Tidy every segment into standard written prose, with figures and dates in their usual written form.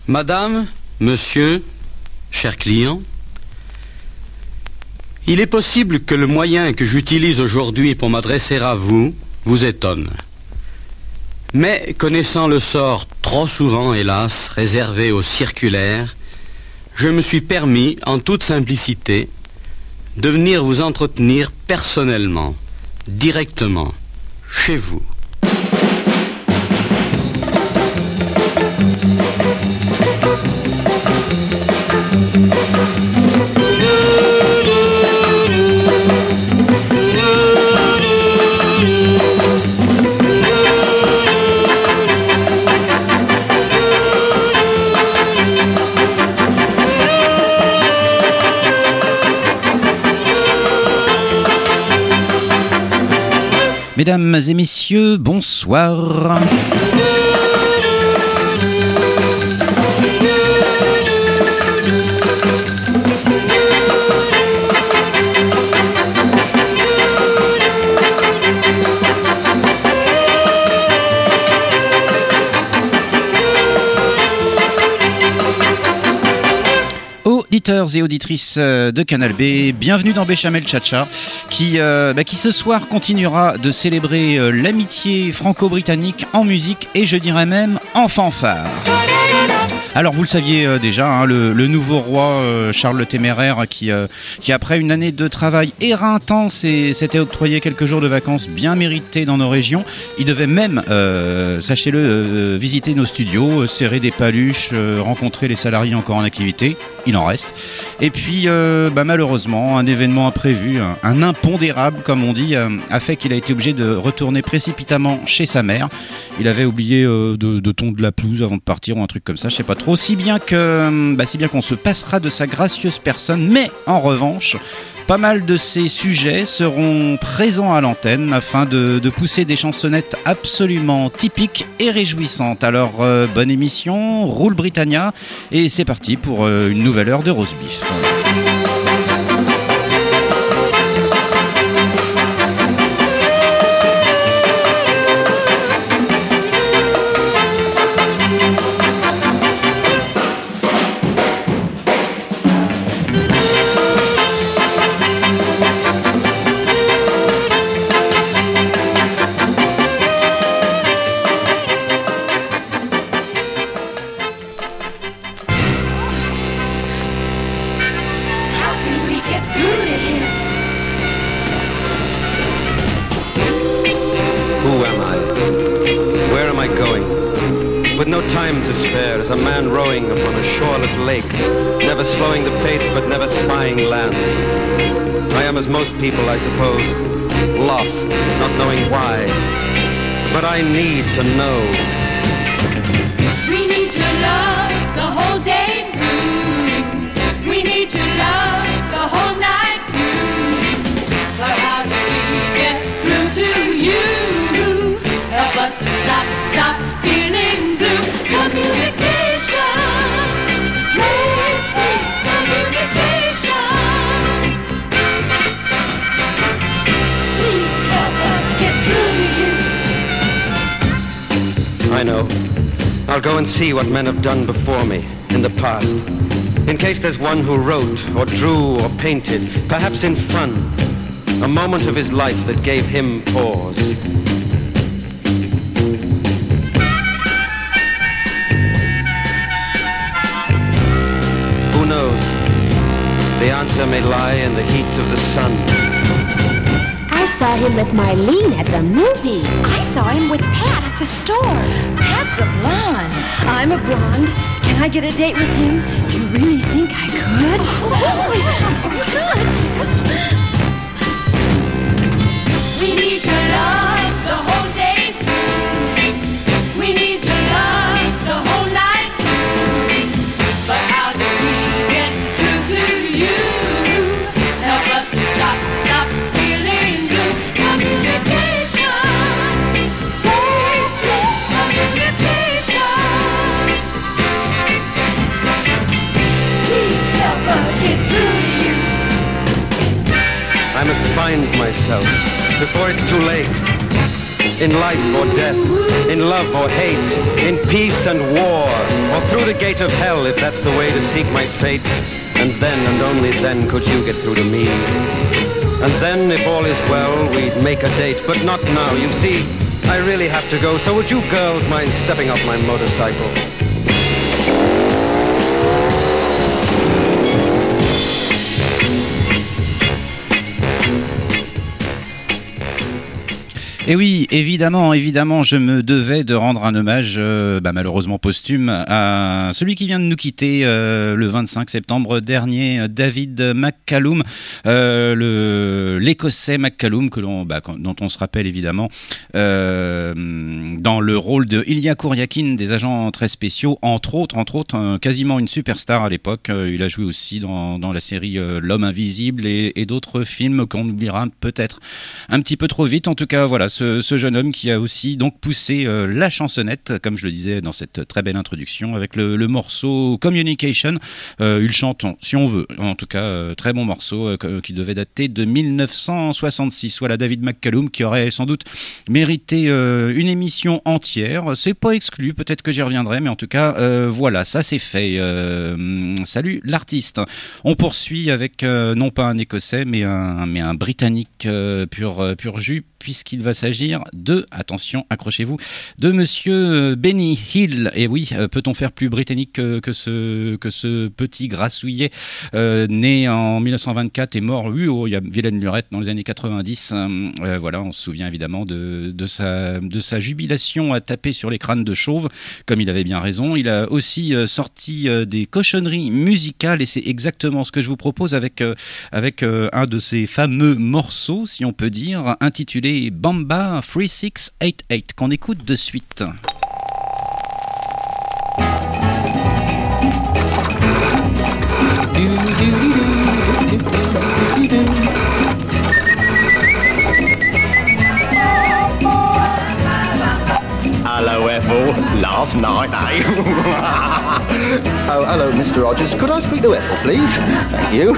Madame, monsieur, chers clients, il est possible que le moyen que j'utilise aujourd'hui pour m'adresser à vous vous étonne. Mais connaissant le sort trop souvent, hélas, réservé aux circulaires, je me suis permis, en toute simplicité, de venir vous entretenir personnellement, directement, chez vous. Mesdames et messieurs, bonsoir. Auditeurs et auditrices de Canal B, bienvenue dans Béchamel Tcha-Tcha qui ce soir continuera de célébrer l'amitié franco-britannique en musique et je dirais même en fanfare. Alors vous le saviez déjà, hein, le nouveau roi Charles le Téméraire qui après une année de travail éreintant s'était octroyé quelques jours de vacances bien méritées dans nos régions. Il devait même, sachez-le, visiter nos studios, serrer des paluches, rencontrer les salariés encore en activité. Il en reste. Et puis malheureusement, un événement imprévu, un impondérable comme on dit, a fait qu'il a été obligé de retourner précipitamment chez sa mère. Il avait oublié de tondre la pelouse avant de partir ou un truc comme ça, je sais pas trop. Si bien qu'on se passera de sa gracieuse personne, mais en revanche, pas mal de ces sujets seront présents à l'antenne afin de pousser des chansonnettes absolument typiques et réjouissantes. Alors bonne émission, roule Britannia et c'est parti pour une nouvelle heure de roast beef. To spare as a man rowing upon a shoreless lake, never slowing the pace but never spying land. I am as most people, I suppose, lost, not knowing why, but I need to know. We need your love the whole day through. We need your love the whole night too. But how do we get through to you? Help us to stop feeling blue. Communication, please, communication. Please help us get through to you. I know. I'll go and see what men have done before me in the past. In case there's one who wrote or drew or painted, perhaps in fun, a moment of his life that gave him pause. Who knows? The answer may lie in the heat of the sun. I saw him with Marlene at the movie. I saw him with Pat at the store. Pat's a blonde. I'm a blonde. Can I get a date with him? Do you really think I could? We need your love the whole day through. We need your love the whole night too. But how do we get through to you? Help us to stop feeling blue. Communication, communication. Please help us get through to you. I must find myself before it's too late. in life or death, in love or hate, in peace and war, or through the gate of hell if that's the way to seek my fate. And then and only then could you get through to me. And then, if all is well, we'd make a date, but not now. You see, I really have to go, so would you girls mind stepping off my motorcycle? Et oui, évidemment, je me devais de rendre un hommage, malheureusement posthume, à celui qui vient de nous quitter le 25 septembre dernier, David McCallum, l'Écossais McCallum, dont on se rappelle évidemment dans le rôle de Ilya Kuryakin des Agents très spéciaux, entre autres, quasiment une superstar à l'époque. Il a joué aussi dans la série L'Homme Invisible et d'autres films qu'on oubliera peut-être un petit peu trop vite. En tout cas, voilà. Ce jeune homme qui a aussi donc poussé la chansonnette, comme je le disais dans cette très belle introduction, avec le morceau Communication. Il chante, si on veut, en tout cas, très bon morceau qui devait dater de 1966. Voilà, David McCallum qui aurait sans doute mérité une émission entière. C'est pas exclu, peut-être que j'y reviendrai, mais en tout cas, voilà, ça c'est fait. Salut l'artiste. On poursuit avec non pas un Écossais, mais un Britannique pur jus, puisqu'il va s'agir de, attention, accrochez-vous, de monsieur Benny Hill. Et oui, peut-on faire plus britannique que ce petit grassouillet né en 1924 et mort, il y a Vilaine Lurette dans les années 90. Voilà, on se souvient évidemment de sa jubilation à taper sur les crânes de chauves, comme il avait bien raison. Il a aussi sorti des cochonneries musicales, et c'est exactement ce que je vous propose avec un de ces fameux morceaux, si on peut dire, intitulé Bamba 3688, qu'on écoute de suite. Hello, Ethel. Last night, eh? Oh, hello, Mr. Rogers. Could I speak to Ethel, please? Thank you.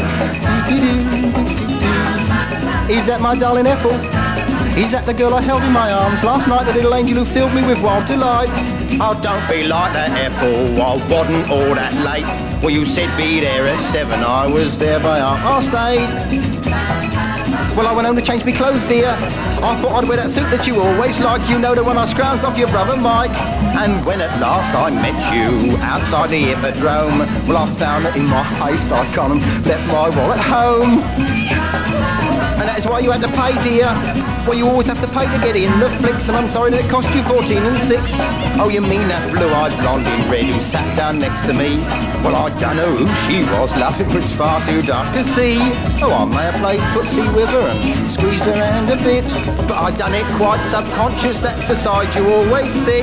Is that my darling Ethel? Is that the girl I held in my arms last night, the little angel who filled me with wild delight? Oh, don't be like that, Ethel. I wasn't all that late. Well, you said be there at 7. I was there by 8:30. Well, I went home to change my clothes, dear. I thought I'd wear that suit that you always like. You know, the one I scrounged off your brother Mike. And when at last I met you outside the hippodrome, well, I found that in my haste I'd gone and left my wallet home. And that is why you had to pay, dear. Well, you always have to pay to get in the flicks, and I'm sorry that it cost you 14 and 6. Oh, you mean that blue-eyed blonde in red who sat down next to me? Well, I don't know who she was, love, it was far too dark to see. Oh, I may have played footsie with her and squeezed her hand a bit, but I done it quite subconscious, that's the side you always sit.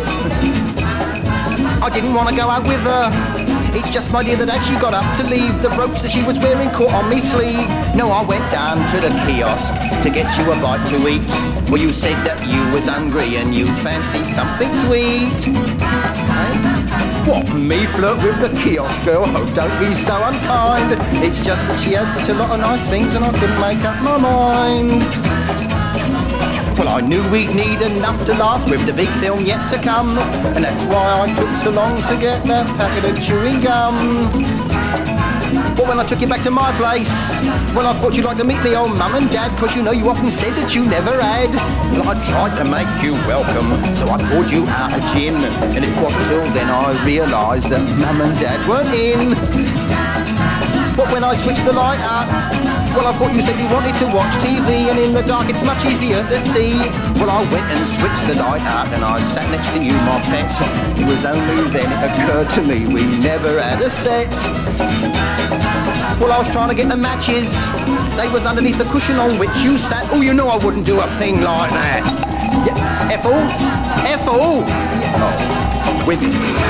I didn't want to go out with her. It's just, my dear, that as she got up to leave, the brooch that she was wearing caught on me sleeve. No, I went down to the kiosk to get you a bite to eat. Well, you said that you was hungry and you fancied something sweet. What, me flirt with the kiosk girl? Oh, don't be so unkind. It's just that she had such a lot of nice things and I couldn't make up my mind. Well, I knew we'd need enough to last with the big film yet to come, and that's why I took so long to get that packet of chewing gum. But when I took you back to my place, well, I thought you'd like to meet me old mum and dad, 'cause you know you often said that you never had. Well, I tried to make you welcome, so I poured you out a gin, and it wasn't till then I realised that mum and dad weren't in. But when I switched the light up, well, I thought you said you wanted to watch TV, and in the dark it's much easier to see. Well, I went and switched the light up, and I sat next to you, my pet. It was only then it occurred to me we never had a set. Well, I was trying to get the matches. They was underneath the cushion on which you sat. Oh, you know I wouldn't do a thing like that. Yeah, Ethel? Ethel? Yeah. Oh, with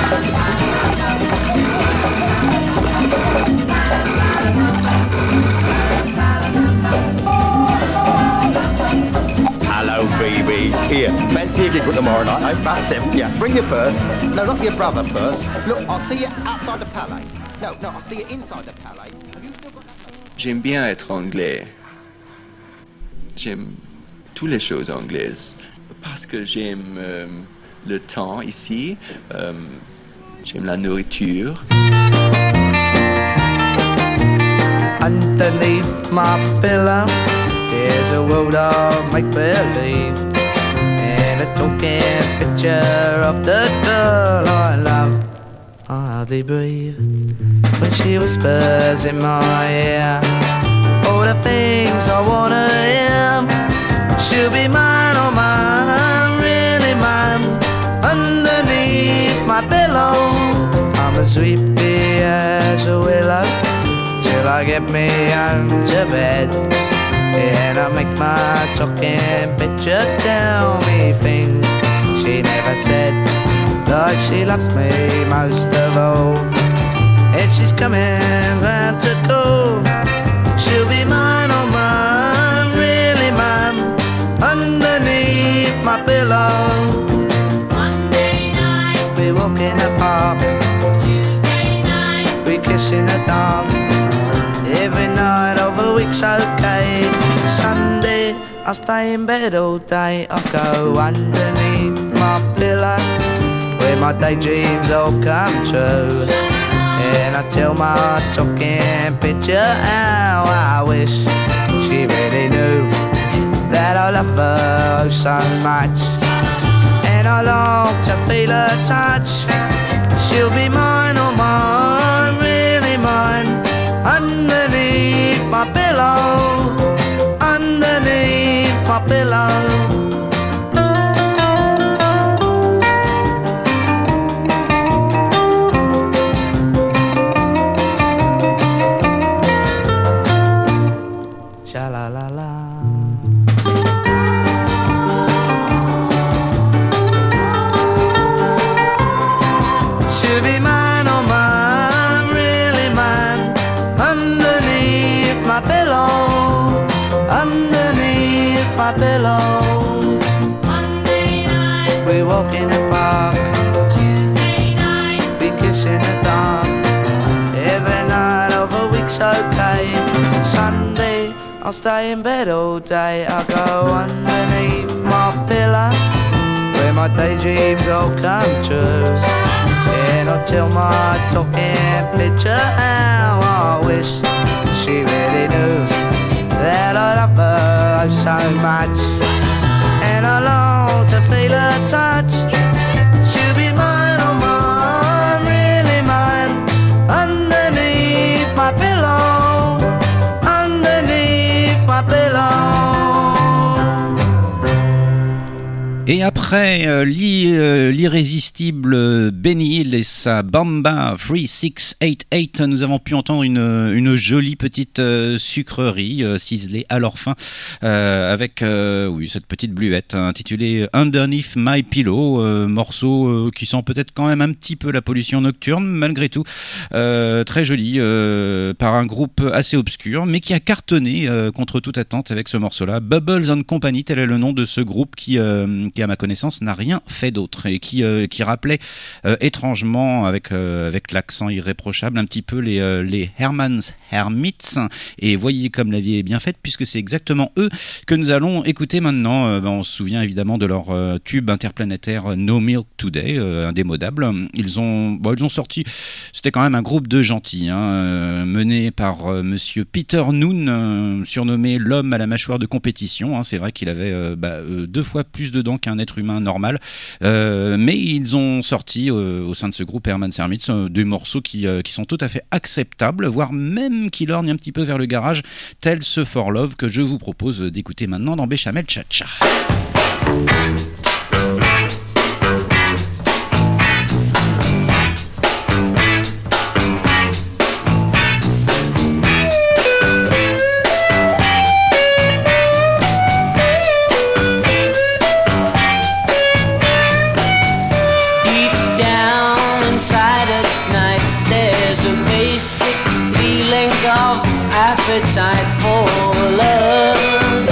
Hello, Phoebe. Here, fancy a gig for tomorrow night, about 7. Yeah, bring your purse. No, not your brother purse. Look, I'll see you outside the palais. No, I'll see you inside the palais. Have you still got that? J'aime bien être anglais. J'aime toutes les choses anglaises. Parce que j'aime le temps ici, j'aime la nourriture. Underneath my pillow, there's a world of make-believe, and a talking picture of the girl I love. I hardly breathe when she whispers in my ear all the things I wanna hear. She'll be mine, oh mine, really mine. Underneath my pillow, I'm as sleepy as a willow till I get me home to bed. And I make my talking picture tell me things she never said, like she loves me most of all, and she's coming round to call. She'll be mine, oh mine, really mine. Underneath my pillow, Monday night, we walk in the park, Tuesday night, we kiss in the dark. Every night of the week's okay. Sunday, I stay in bed all day. I go underneath my pillow where my daydreams all come true. And I tell my talking picture how I wish she really knew that I love her oh so much. And I long to feel her touch. She'll be mine, oh mine, really mine. Underneath my pillow, underneath my pillow. My pillow. Monday night, we walk in the park, Tuesday night, we kiss in the dark. Every night of a week's okay. Sunday, I'll stay in bed all day. I go underneath my pillow where my daydreams all come true. And I'll tell my talking picture how I wish she really knew that I love her so much, and I long to feel her touch. She'll be mine, oh mine, really mine. Underneath my pillow, underneath my pillow. Et après l'irrésistible Benny Hill et sa Bamba 3688, nous avons pu entendre une jolie petite sucrerie ciselée à leur fin avec oui, cette petite bluette intitulée Underneath My Pillow, morceau qui sent peut-être quand même un petit peu la pollution nocturne malgré tout, très joli par un groupe assez obscur mais qui a cartonné contre toute attente avec ce morceau-là. Bubbles and Company, tel est le nom de ce groupe qui à ma connaissance n'a rien fait d'autre et qui rappelait étrangement avec l'accent irréprochable un petit peu les Herman's Hermits, et voyez comme la vie est bien faite puisque c'est exactement eux que nous allons écouter maintenant. On se souvient évidemment de leur tube interplanétaire No Milk Today, indémodable. Ils ont sorti, c'était quand même un groupe de gentils mené par monsieur Peter Noon, surnommé l'homme à la mâchoire de compétition. C'est vrai qu'il avait 2 fois plus de dents qu'un être humain normal, mais ils ont sorti au sein de ce groupe Herman's Hermits des morceaux qui sont tout à fait acceptables, voire même qui lorgnent un petit peu vers le garage, tel ce For Love que je vous propose d'écouter maintenant dans Béchamel Cha-Cha. Appetite for love.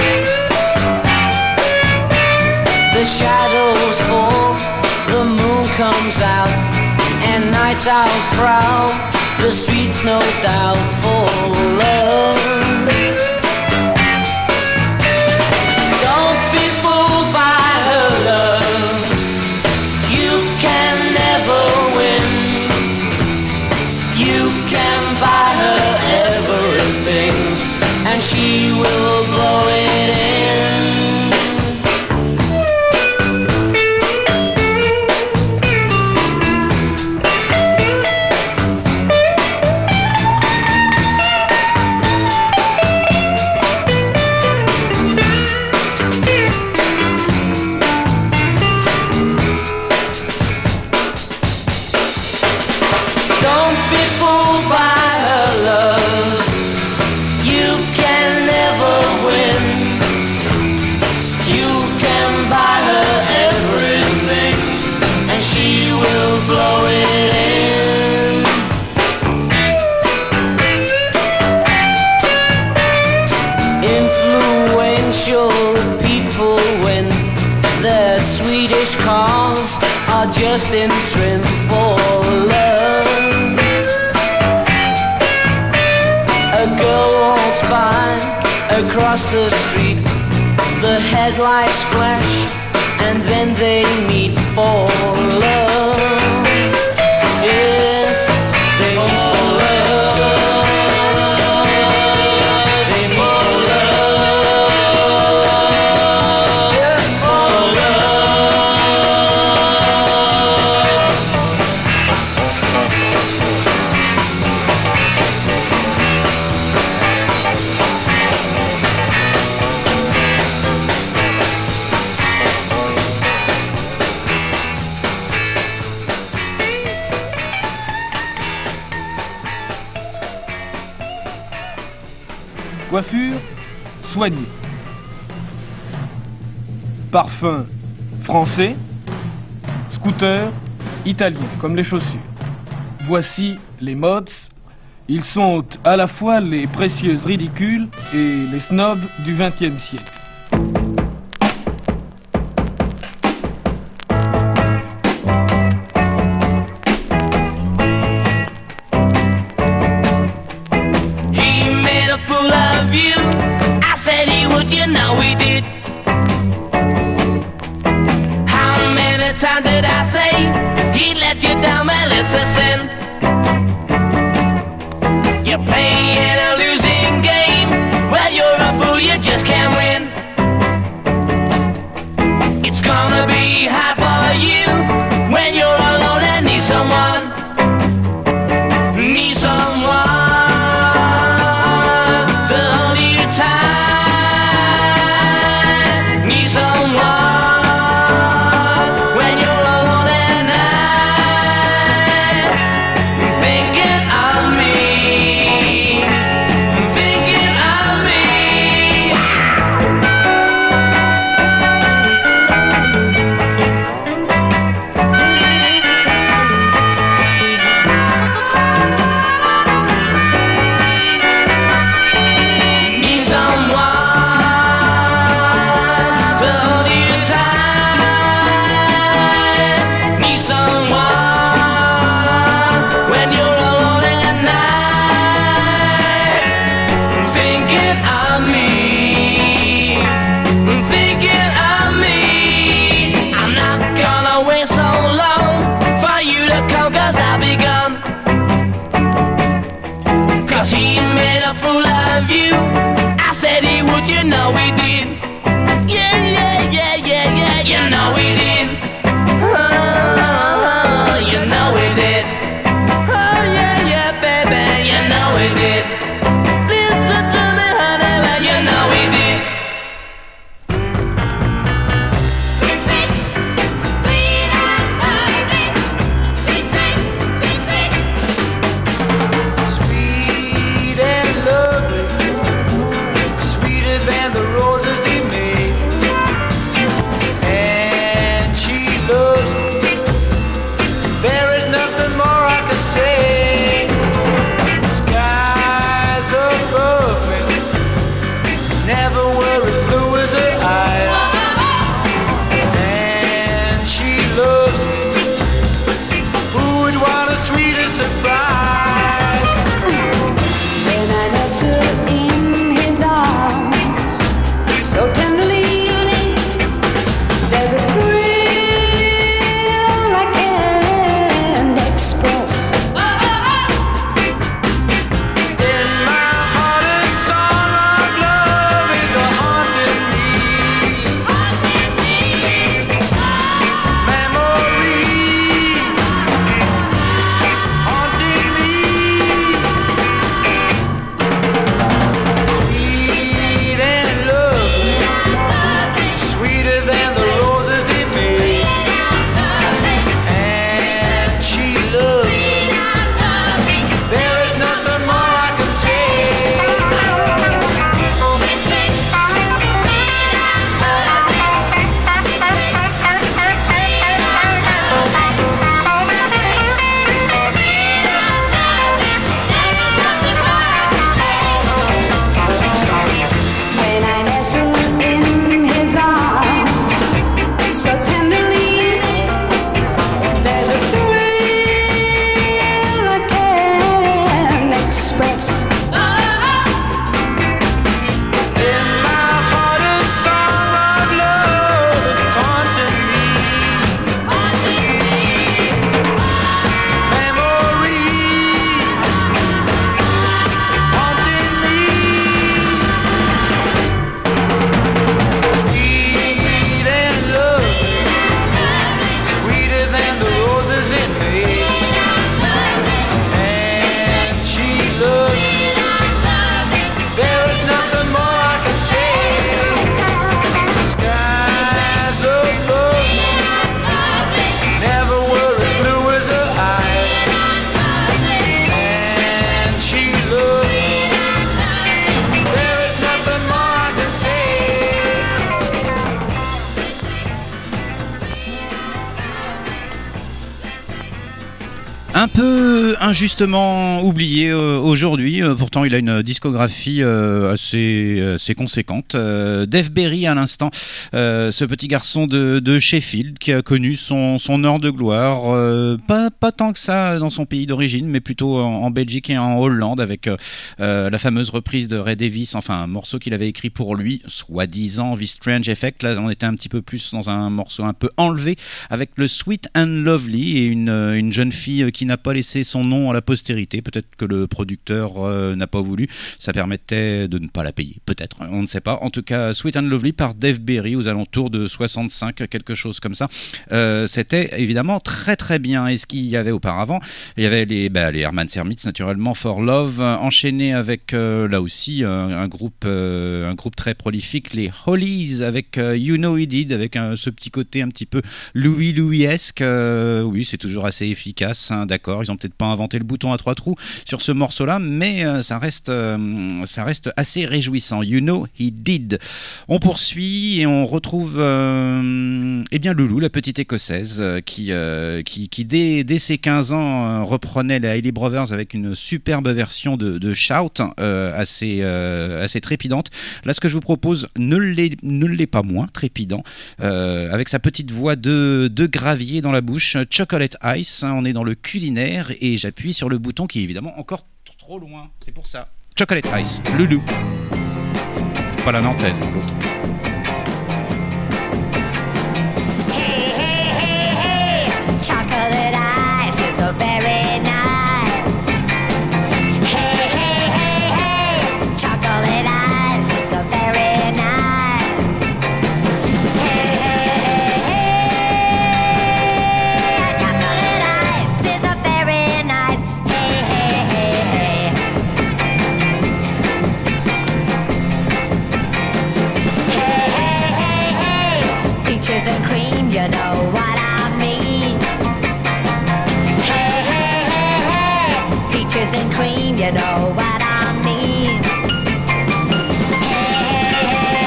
The shadows fall, the moon comes out, and night owls prowl the streets, no doubt, for love. Don't be fooled by her You can buy her everything, and she will blow it in. Blow it in. Influential people when their Swedish cars are just in trim for love. A girl walks by across the street, the headlights flash and then they meet for love. Yeah, they meet for love. They meet for love. Yeah, for Coiffure soignée. Parfum français. Scooter italien, comme les chaussures. Voici les mods. Ils sont à la fois les précieuses ridicules et les snobs du XXe siècle. Sweet and lovely, sweeter than the roses in Un peu injustement oublié aujourd'hui, pourtant il a une discographie assez conséquente. Dave Berry à l'instant, ce petit garçon de Sheffield qui a connu son heure de gloire, pas tant que ça dans son pays d'origine, mais plutôt en Belgique et en Hollande avec la fameuse reprise de Ray Davies, enfin un morceau qu'il avait écrit pour lui, soi-disant The Strange Effect. Là on était un petit peu plus dans un morceau un peu enlevé avec le Sweet and Lovely et une jeune fille qui n'a pas laissé son nom à la postérité. Peut-être que le producteur n'a pas voulu. Ça permettait de ne pas la payer. Peut-être, on ne sait pas. En tout cas, Sweet and Lovely par Dave Berry aux alentours de 65, quelque chose comme ça. C'était évidemment très très bien. Et ce qu'il y avait auparavant, il y avait les Herman Hermits naturellement, For Love, enchaîné avec là aussi un groupe très prolifique, les Hollies avec You Know He Did, avec ce petit côté un petit peu Louis-esque. Oui, c'est toujours assez efficace, hein, d'accord. Ils ont peut-être pas inventé le bouton à 3 trous sur ce morceau-là, mais ça reste assez réjouissant. You Know He Did. On poursuit et on retrouve Loulou, la petite écossaise qui dès ses 15 ans reprenait les Hailey Brothers avec une superbe version de Shout assez trépidante. Là, ce que je vous propose ne l'est pas moins trépidant, avec sa petite voix de gravier dans la bouche. Chocolate Ice, hein, on est dans le culinaire et j'appuie sur le bouton qui est évidemment encore trop loin, c'est pour ça. Chocolate Ice, Loulou. Pas la nantaise, hein, l'autre. Hey, hey, hey, hey, chocolate ice is so very nice. Hey, hey, hey, hey, chocolate ice is so very nice. Hey, hey, hey, hey, chocolate ice is so very nice. Hey, hey, hey, hey. Peaches and cream, you know what I mean. Hey, hey, hey, hey, peaches and cream, you know what I mean. Hey, hey,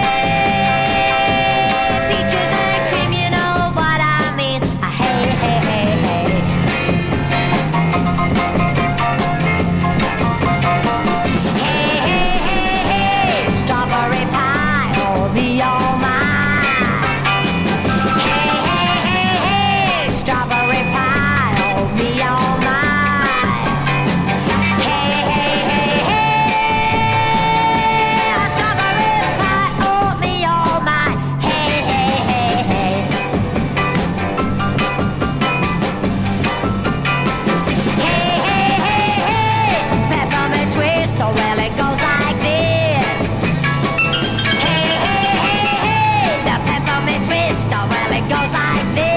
hey, peaches and cream, you know what I mean. Hey, hey, hey, hey. Hey, hey, hey, hey, strawberry pie, oh me, oh my. Strawberry pie, oh me, oh my. Hey, hey, hey, hey. Strawberry pie, oh me, oh my. Hey, hey, hey, hey. Hey, hey, hey, hey. Peppermint twist, oh well it goes like this. Hey, hey, hey, hey. The peppermint twist, oh well it goes like this.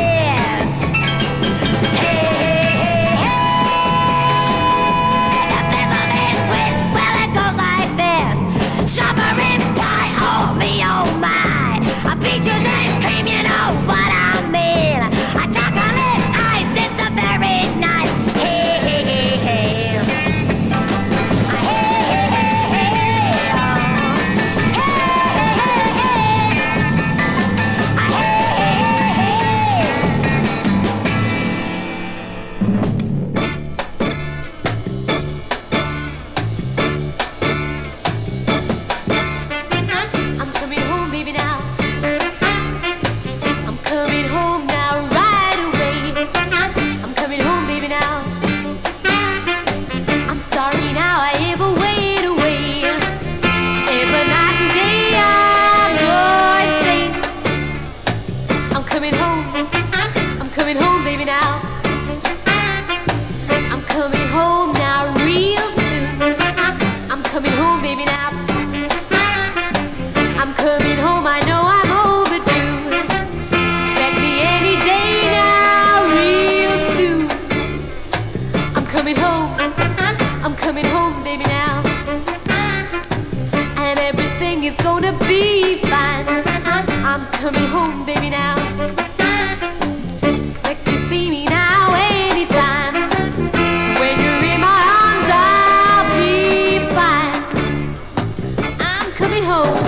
Strawberry pie, oh me, oh my. Peaches and cream, you know what I mean. A chocolate ice, it's a very nice. Hey, hey, hey, hey. Hey, hey, hey, hey. Hey, I'm coming home, baby, now. I'm coming home now, right away. I'm coming home, baby, now. I'm sorry now I ever wait away. Every night and day I go and say, I'm coming home baby, now. I'm coming home now, real soon. I'm coming home, baby, now. I'm coming home, I know I'm overdue. Let me any day now, real soon. I'm coming home, baby, now. And everything is gonna be fine. I'm coming home, baby, now. Expect to see me now anytime. When you're in my arms, I'll be fine. I'm coming home.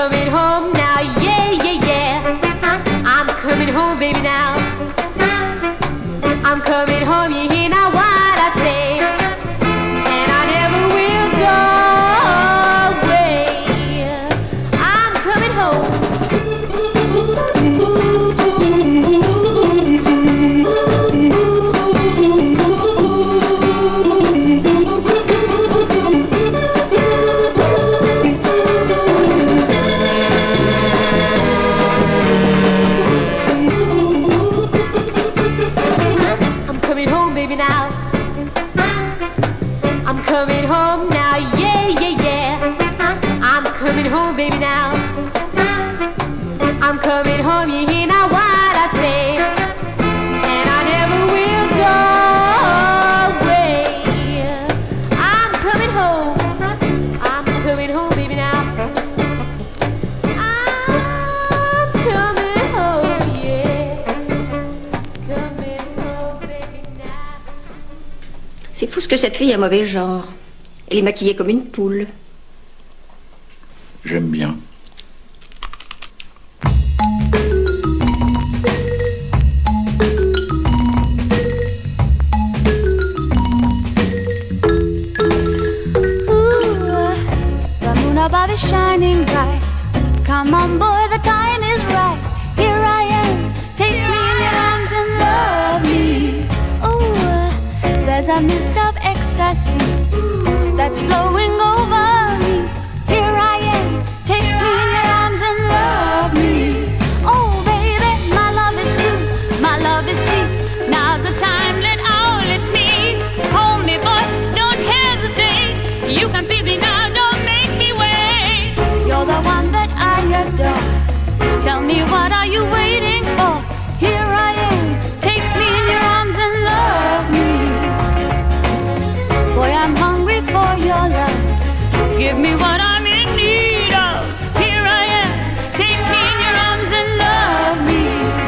coming home now, yeah, yeah, yeah. I'm coming home, baby, now. I'm coming home, you hear now what I say. And I never will go away. I'm coming home. Now I'm coming home now, yeah, yeah, yeah. I'm coming home, baby, now. I'm coming home, you hear now what I say. And I never will go away. I'm coming home. I'm coming home, baby, now. I'm coming home, yeah. Coming home, baby, now. C'est fou ce que cette fille a mauvais genre. Elle est maquillée comme une poule. J'aime bien. The moon above is shining bright. Come on, boy, the time is right. Here I am. Take me in your arms and love me. Oh, there's a mist of ecstasy that's flowing over me. Here I am. Take me in your arms and love me. Oh, baby, my love is true. My love is sweet. Now's the time. Let all it's me. Hold me, boy. Don't hesitate. You can feel me now. Don't make me wait. You're the one that I adore. Tell me, what are you waiting for? Here I am. Take me in your arms and love me. Boy, I'm hungry for your love. Give me what I'm in need of. Here I am. Take me in your arms and love me.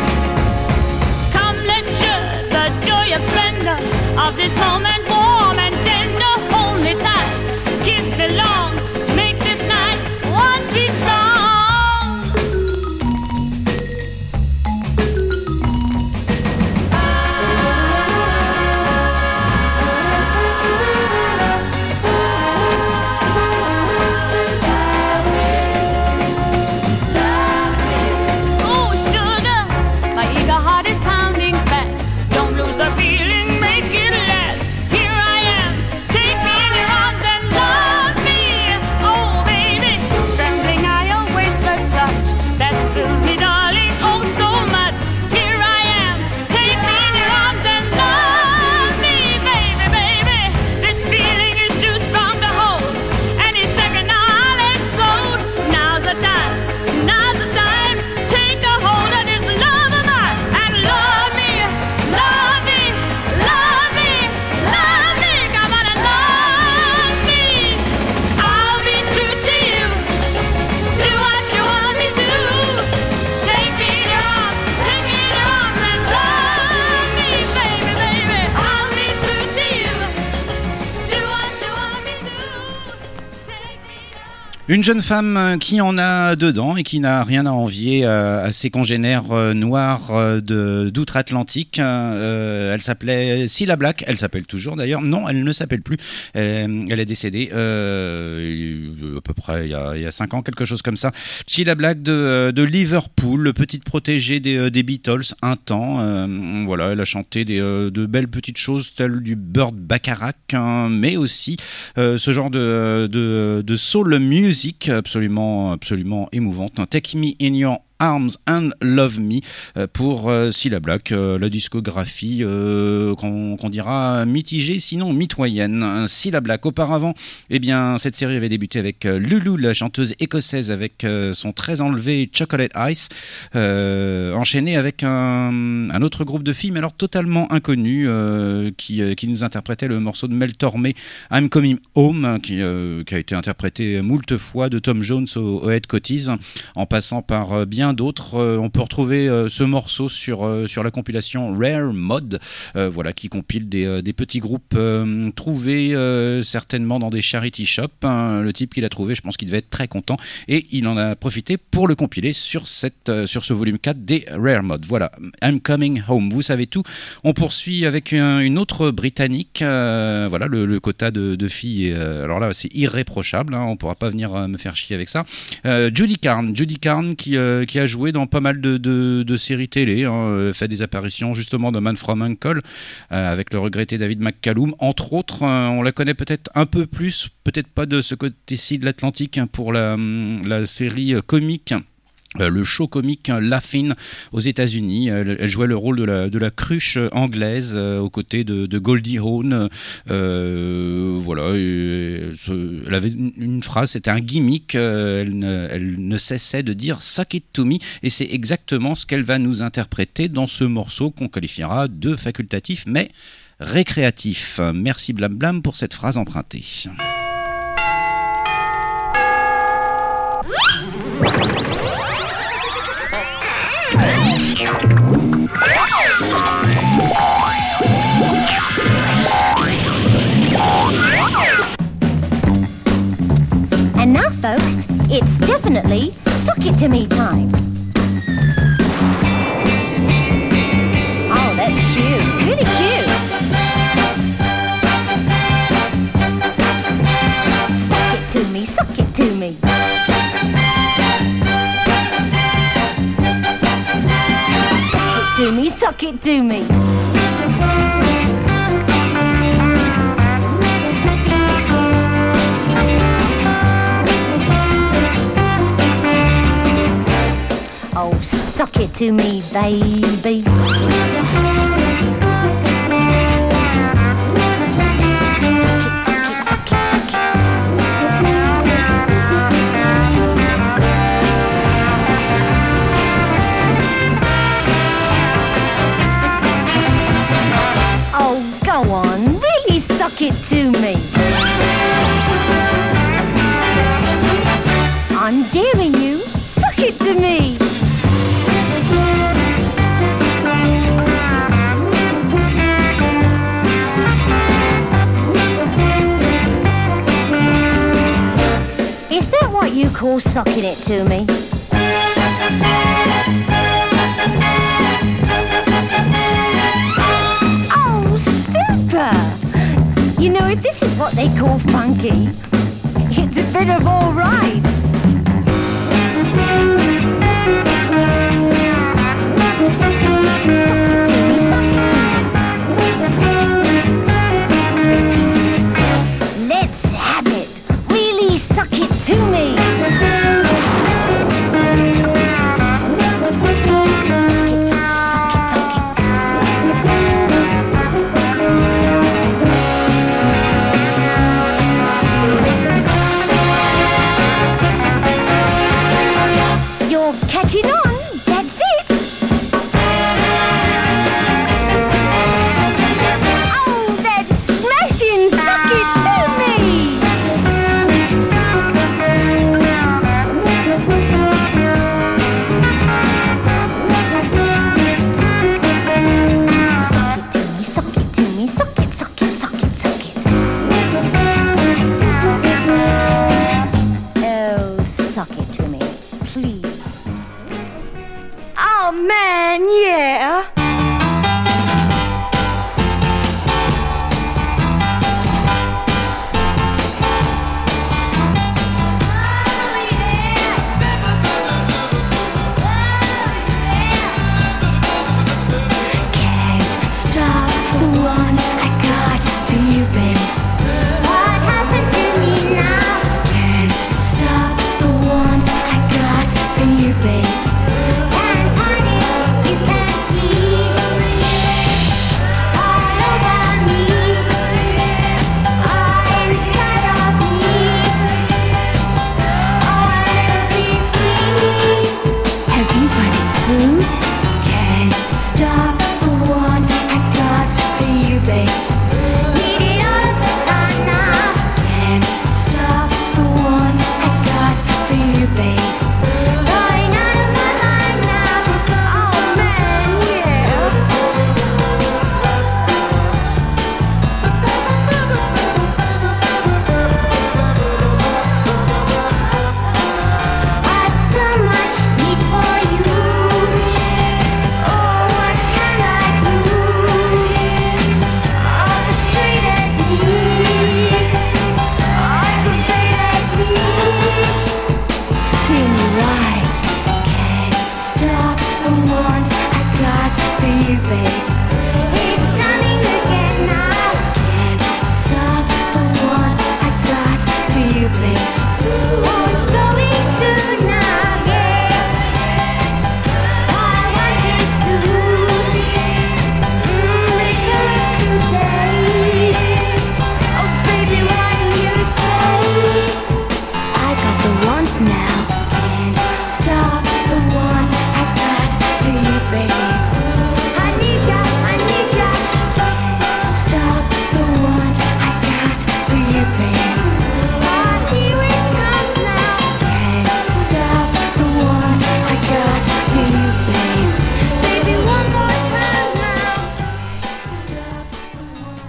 Come, let's share the joy of splendor of this moment, warm and tender. Hold me tight. Kiss me long. Make this night one sweet song. Oh, sugar, my eager heart is pounding fast. Don't lose the feeling, make it last. Here I am, take me in your arms and love me. Oh, baby, trembling I await the touch that fills me, darling, oh so much. Here I am, take me in your arms and love me, baby, baby. This feeling is too strong to hold. Any second now I'll explode. Now's the time, now's the time. Take a hold of this love of mine and love me, love me, love me, love me. Come on and love me. I'll be true to you. Do what you want me to. Take me in your arms, take me in your arms and love me, baby, baby. I'll be true to you. Do what you want me to. Une jeune femme qui en a dedans et qui n'a rien à envier à ses congénères noirs d'outre-Atlantique. Elle s'appelait Cilla Black, elle s'appelle toujours d'ailleurs. Non, elle ne s'appelle plus. Elle est décédée à peu près il y a 5 ans, quelque chose comme ça. Cilla Black de Liverpool, petite protégée des Beatles un temps. Voilà, elle a chanté de belles petites choses telles du Burt Bacharach, hein, mais aussi ce genre de soul music absolument émouvante. Take Me In Your Arms and Love Me pour Cilla Black, la discographie qu'on dira mitigée, sinon mitoyenne. Cilla Black, auparavant, eh bien, cette série avait débuté avec Lulu, la chanteuse écossaise, avec son très enlevé Chocolate Ice, enchaîné avec un autre groupe de filles, mais alors totalement inconnu, qui nous interprétait le morceau de Mel Tormé, I'm Coming Home, qui a été interprété moult fois de Tom Jones au Head Cotties, en passant par bien bien d'autres. On peut retrouver ce morceau sur la compilation Rare Mod, voilà, qui compile des petits groupes trouvés certainement dans des charity shops. Le type qui l'a trouvé, je pense qu'il devait être très content et il en a profité pour le compiler sur ce volume 4 des Rare Mod. Voilà, I'm Coming Home, vous savez tout. On poursuit avec une autre britannique. Voilà, le quota de filles, alors là c'est irréprochable, hein, on pourra pas venir me faire chier avec ça. Judy Carne qui a joué dans pas mal de séries télé, hein, fait des apparitions justement dans Man from Uncle avec le regretté David McCallum entre autres. On la connaît peut-être un peu plus, peut-être pas de ce côté-ci de l'Atlantique, hein, pour la série comique, le show comique Laugh-In aux États-Unis. Elle jouait le rôle de la cruche anglaise aux côtés de Goldie Hawn. Voilà. Elle avait une phrase, c'était un gimmick. Elle ne cessait de dire "Suck it to me", et c'est exactement ce qu'elle va nous interpréter dans ce morceau qu'on qualifiera de facultatif mais récréatif. Merci Blam Blam pour cette phrase empruntée. And now, folks, it's definitely suck it to me time. Oh, that's cute. Really cute. Suck it to me, suck it to me. Suck it to me. Oh, suck it to me, baby. Suck it to me. I'm daring you. Suck it to me. Is that what you call sucking it to me? Oh, super! You know, if this is what they call funky, it's a bit of all right. Let's have it. Really suck it to me. Catching on, that's it. Oh, that's smashing. Suck it to me. Suck it to me, suck it, suck it, suck it, suck it. Oh, suck it to me, please. Oh man, yeah. Can't stop the want I got for you, babe. What happened to me now? Can't stop the want I got for you, babe. Babe, going on.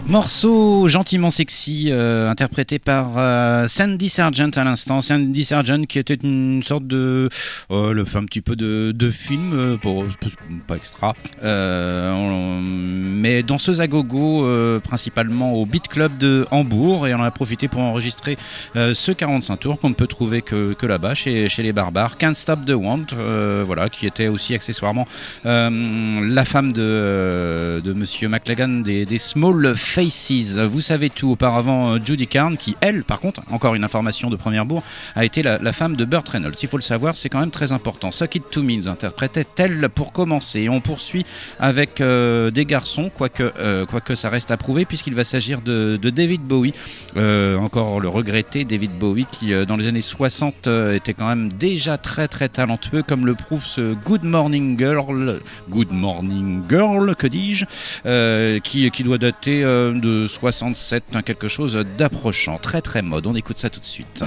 Morceau gentiment sexy, interprété par Sandy Sargent à l'instant. Sandy Sargent qui était une sorte de... le fait un petit peu de film, pas extra. Mais danseuse à gogo, principalement au Beat Club de Hambourg. Et on en a profité pour enregistrer ce 45 tours qu'on ne peut trouver que là-bas, chez les Barbares. Can't Stop the Want, voilà, qui était aussi accessoirement la femme de Monsieur McLagan des Small Faces. Vous savez tout. Auparavant, Judy Carne, qui elle, par contre, encore une information de première bourre, a été la femme de Burt Reynolds. Il faut le savoir, c'est quand même très important. Suck It To Me nous interprétait-elle pour commencer. Et on poursuit avec des garçons, quoique ça reste à prouver, puisqu'il va s'agir de David Bowie. Encore le regretté David Bowie, qui dans les années 60 était quand même déjà très très talentueux, comme le prouve ce Good Morning Girl, que dis-je, qui doit dater de 67, quelque chose d'approchant, très très mode. On écoute ça tout de suite.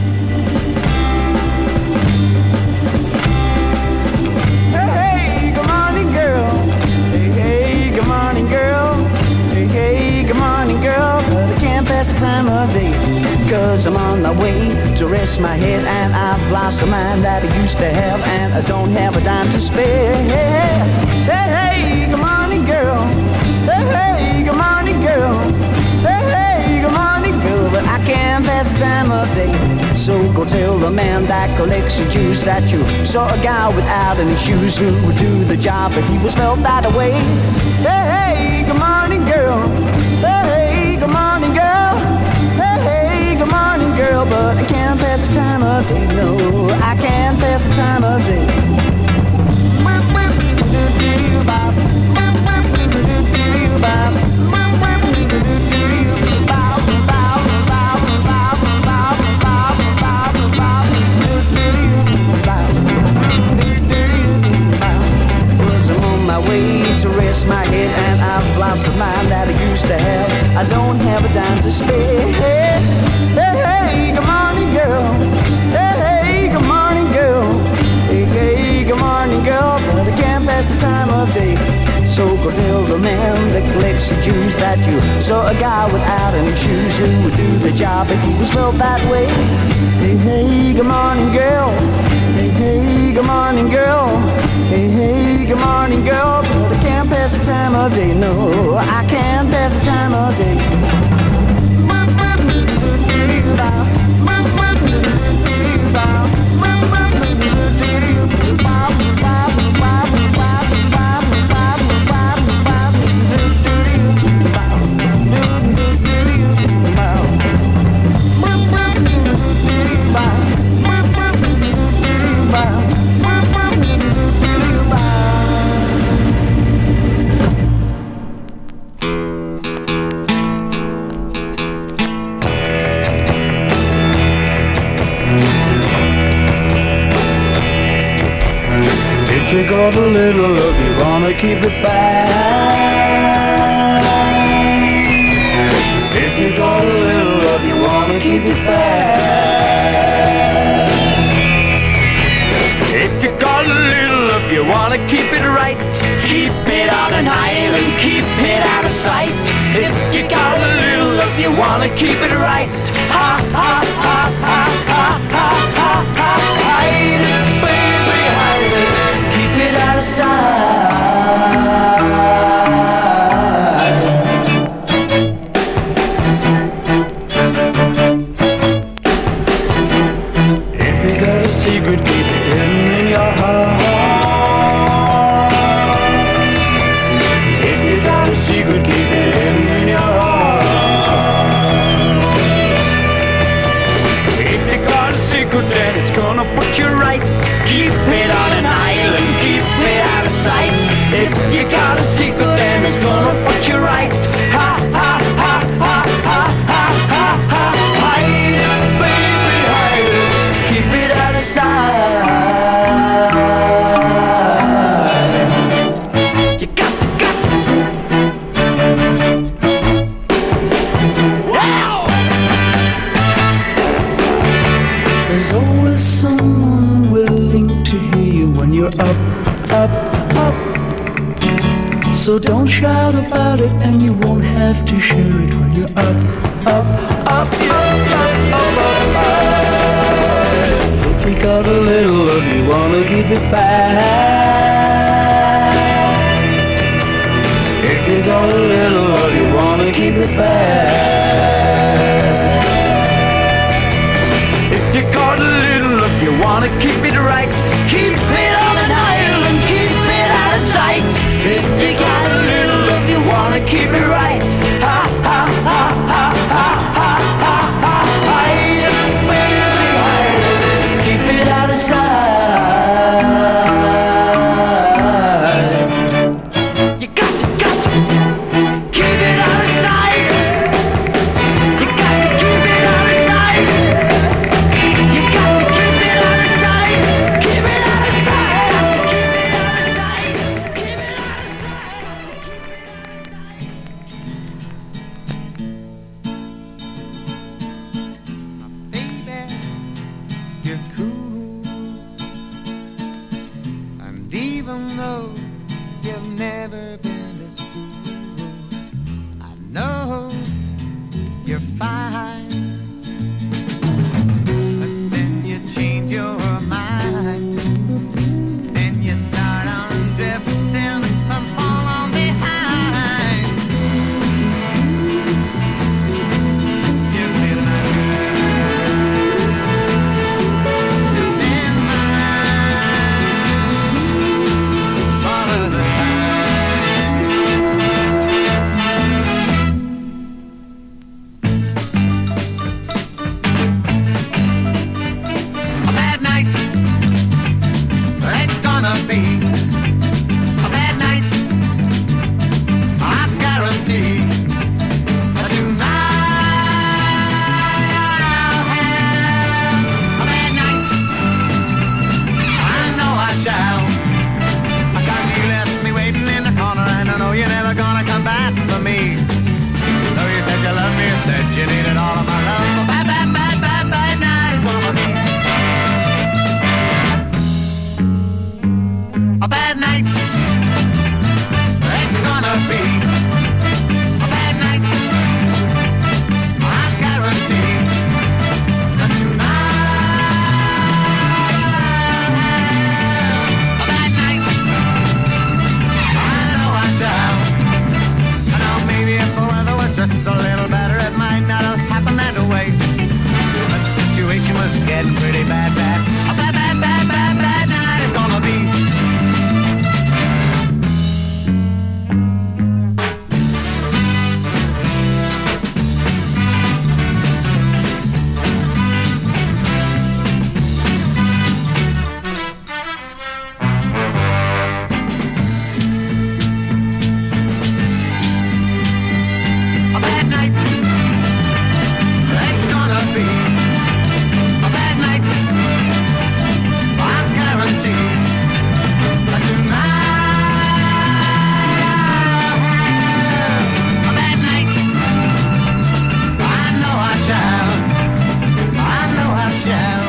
Hey, good morning, girl. Hey, good morning, girl. Hey, good morning, girl. But I can't pass the time of day, 'cause I'm on my way to rest my head, and I've lost the mind that I used to have, and I don't have a dime to spare. Hey, hey, good morning, girl. Hey, good morning, girl. Hey, good morning, girl. But I can't pass the time of day. So go tell the man that collects the juice that you saw a guy without any shoes who would do the job if he was felt that way. Hey, good morning, girl. Hey, good morning, girl. Hey, good morning, girl. But I can't pass the time of day. No, I can't pass the time of day. To rest my head, and I've lost the mind that I used to have. I don't have a dime to spare. Hey, hey, hey, good morning, girl. Hey, hey, good morning, girl. Hey, hey, good morning, girl. But I can't pass the time of day. So go tell the man that collects the Jews that you saw a guy without any shoes who would do the job if he was built that way. Hey, hey, good morning, girl. Hey, hey, good morning, girl. Hey, hey, good morning, girl. But I can't pass the time of day. No, I can't pass the time of day. If you got a little love, you wanna keep it back. If you got a little love, you wanna keep it back. If you got a little love, you wanna keep it right. Keep it on an island, keep it out of sight. If you got a little love, you wanna keep it right. Ha ha ha ha ha ha ha ha. Hide it, baby, hide it. Keep it out of sight. If you got a secret, keep it in your heart. If you got a secret, keep it in your heart. If you got a secret, then it's gonna put you right. Keep it on an island, keep it out of sight. If you got a secret, then it's gonna put you right. Ha ha ha ha ha ha ha ha. Hide it, baby, hide it. Keep it out of sight. You got to. Wow! There's always someone willing to hear you when you're up, up, up. So don't shout about it, and you won't have to share it when you're up, up, up, If you got a little love, you wanna give it back. If you got a little love, you wanna give it back. If you got a little love, you wanna keep it right. Keep it on an island, keep it out of sight. If you got a little love, you wanna keep it right. Ha ha ha ha ha ha ha ha ha. Keep it out of sight. You got to keep it out of sight. You got to keep it out of sight. You got to keep it out of sight. Keep it out of sight. Keep it out of sight. Keep it out of sight. Baby, you're cool. And even though you've never been to school, I know you're fine. But then you change your mind. Then you start on drifting and fall on behind. You feel my you've been mine all of the a bad night, it's gonna be a bad night, I guarantee. Tonight I'll have a bad night, I know I shall. I got you left me waiting in the corner, and I know you're never gonna come back for me. Though you said you loved me, you said you needed all of my love. A bad, bad, bad, bad, bad night is gonna be a bad night. It's gonna be a bad night, I guarantee. That tonight a bad night, I know I shall. I know maybe if the weather was just a little better, it might not have happened that way. But the situation was getting pretty bad, bad. A bad, bad, bad, bad, bad night is gonna be. A bad night, it's gonna be a bad night, I guarantee. Tonight a bad night, I know I shall. I know I shall.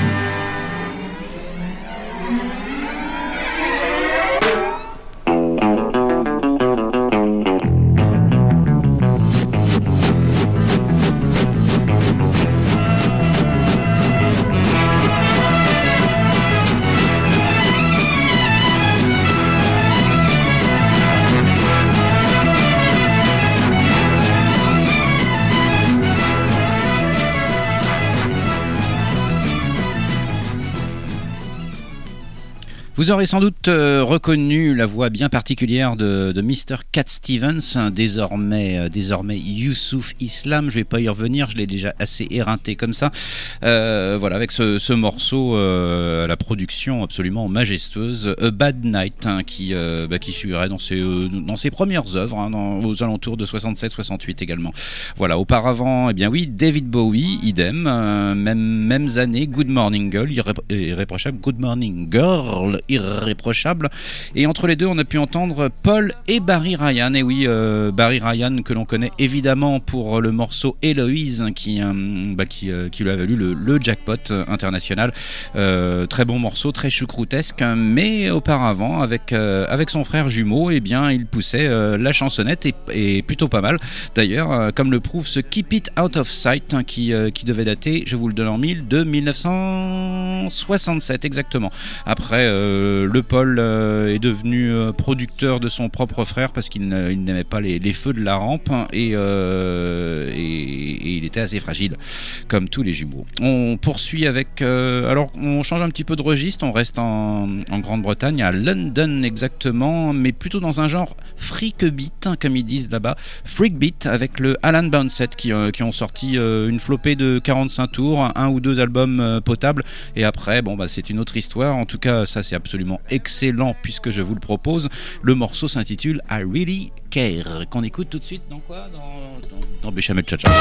Vous aurez sans doute reconnu la voix bien particulière de Mr. Cat Stevens, désormais Youssouf Islam. Je vais pas y revenir, je l'ai déjà assez éreinté comme ça. Voilà, avec ce morceau à la production absolument majestueuse, A Bad Night, qui figurait dans ses premières œuvres, aux alentours de 67-68 également. Voilà, auparavant, eh bien oui, David Bowie, idem, mêmes années, Good Morning Girl, irréprochable Good Morning Girl, irréprochable. Et entre les deux, on a pu entendre Paul et Barry Ryan. Et oui, Barry Ryan que l'on connaît évidemment pour le morceau Héloïse qui lui a valu le jackpot international. Très bon morceau, très choucroutesque, mais auparavant avec son frère jumeau, eh bien il poussait la chansonnette et plutôt pas mal d'ailleurs, comme le prouve ce Keep It Out of Sight qui devait dater, je vous le donne en mille, de 1967 exactement. Après le Paul est devenu producteur de son propre frère parce qu'il n'aimait pas les feux de la rampe et il était assez fragile comme tous les jumeaux. On poursuit avec alors on change un petit peu de registre, on reste en Grande-Bretagne, à London exactement, mais plutôt dans un genre freak beat comme ils disent là-bas, freak beat, avec le Alan Bownset qui ont sorti une flopée de 45 tours, un ou deux albums potables, et après c'est une autre histoire. En tout cas ça c'est absolument excellent puisque je vous le propose. Le morceau s'intitule I Really Care, qu'on écoute tout de suite dans Béchamel Tcha-Tcha.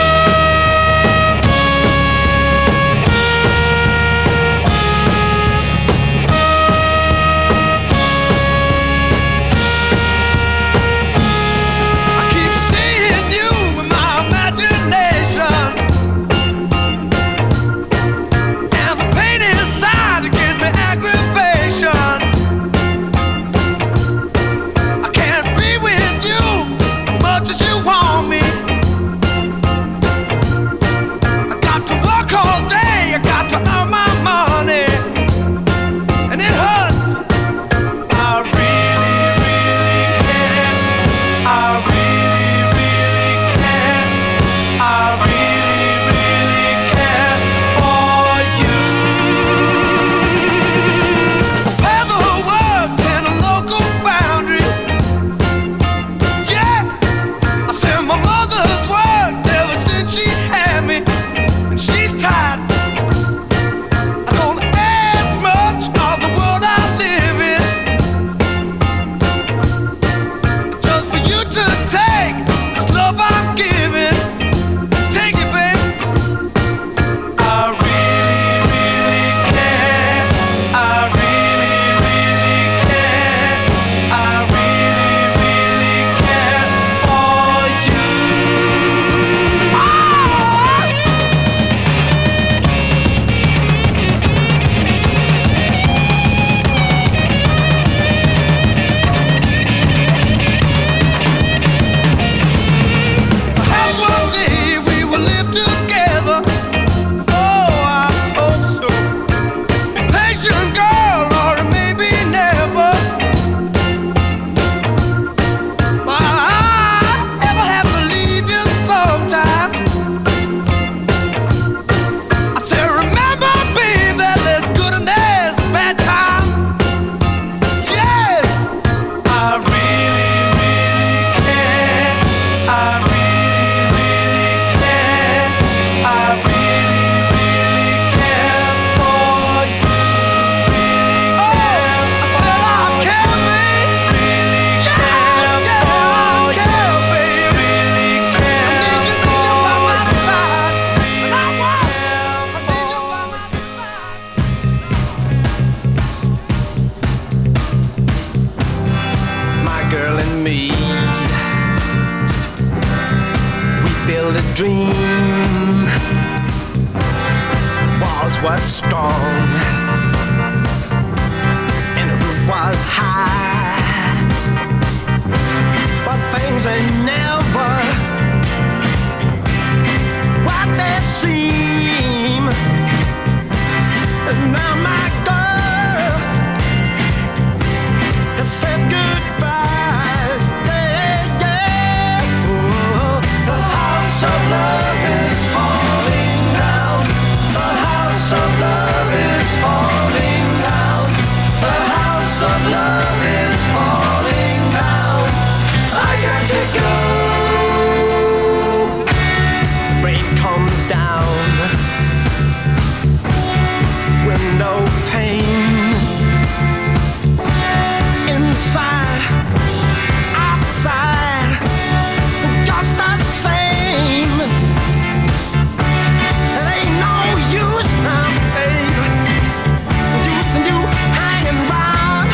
Hanging round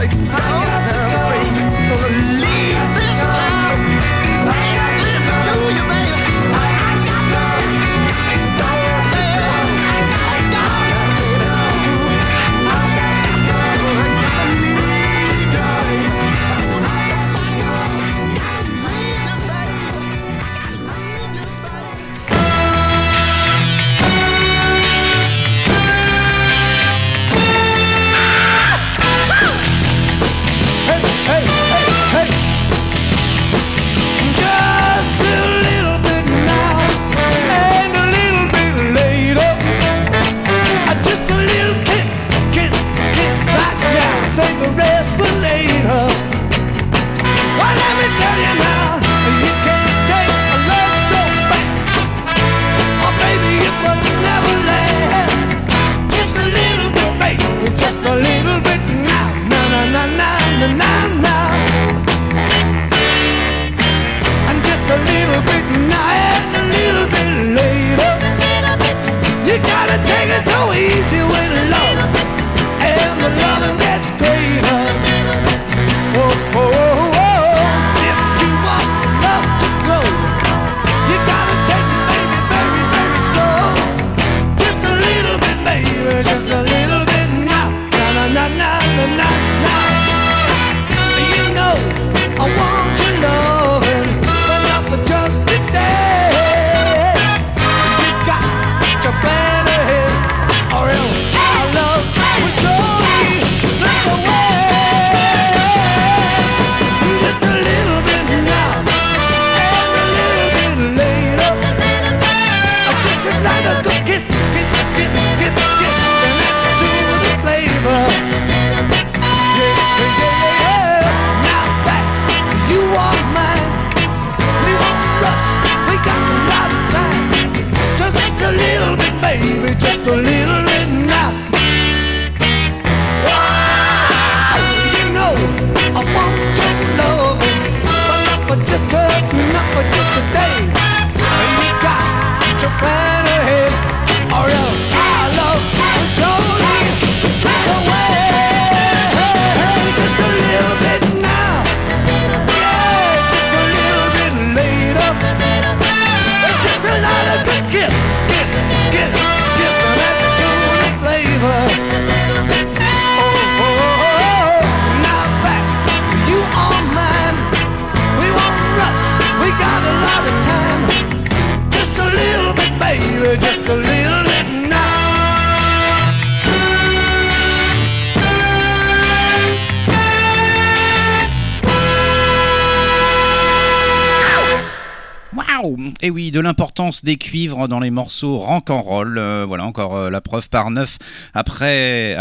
Et oui, de l'importance des cuivres dans les morceaux rock'n'roll. Voilà encore la preuve par 9 après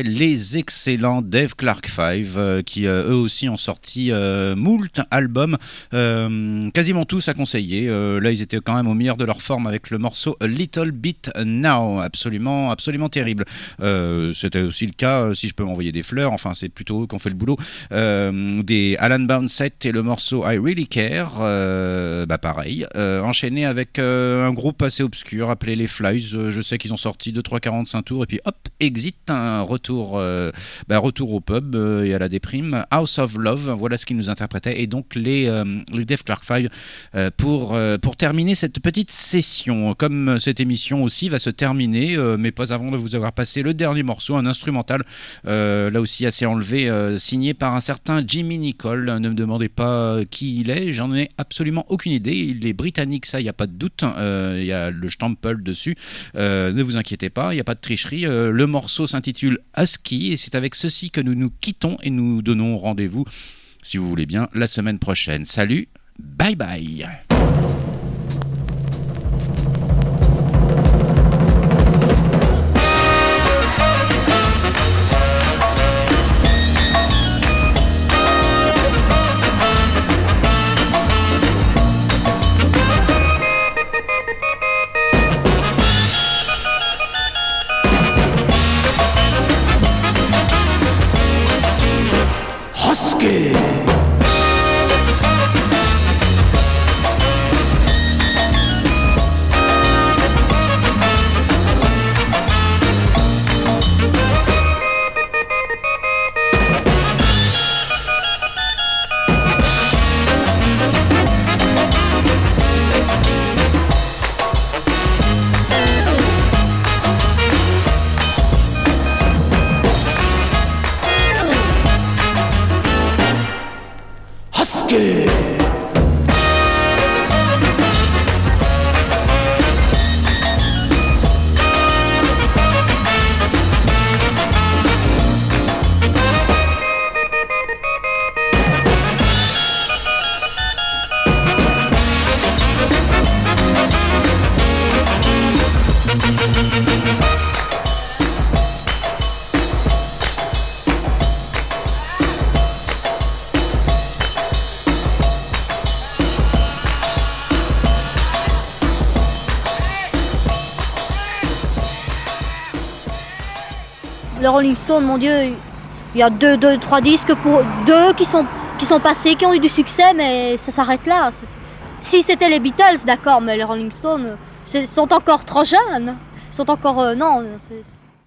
les excellents Dave Clark 5 qui eux aussi ont sorti moult albums, quasiment tous à conseiller. Là, ils étaient quand même au meilleur de leur forme avec le morceau A Little Bit Now, absolument terrible. C'était aussi le cas, si je peux m'envoyer des fleurs, enfin c'est plutôt eux qui ont fait le boulot, des Alan Bownset et le morceau I Really Care, pareil. Enchaîné avec un groupe assez obscur appelé les Flies. Je sais qu'ils ont sorti 2-3-45 tours et puis hop, exit, un retour au pub et à la déprime. House of Love, voilà ce qu'ils nous interprétaient, et donc les Dave Clark 5 pour terminer cette petite session. Comme cette émission aussi va se terminer, mais pas avant de vous avoir passé le dernier morceau, un instrumental là aussi assez enlevé, signé par un certain Jimmy Nicol. Ne me demandez pas qui il est, j'en ai absolument aucune idée. Il est britannique, ça, il n'y a pas de doute. Il y a le Stempel dessus. Ne vous inquiétez pas, il n'y a pas de tricherie. Le morceau s'intitule Husky et c'est avec ceci que nous nous quittons et nous donnons rendez-vous, si vous voulez bien, la semaine prochaine. Salut, bye bye. Husky. Whiskey. Le Rolling Stone, mon Dieu, il y a trois disques pour deux qui sont passés, qui ont eu du succès, mais ça s'arrête là. Si c'était les Beatles, d'accord, mais les Rolling Stones sont encore trop jeunes. Ils sont encore non.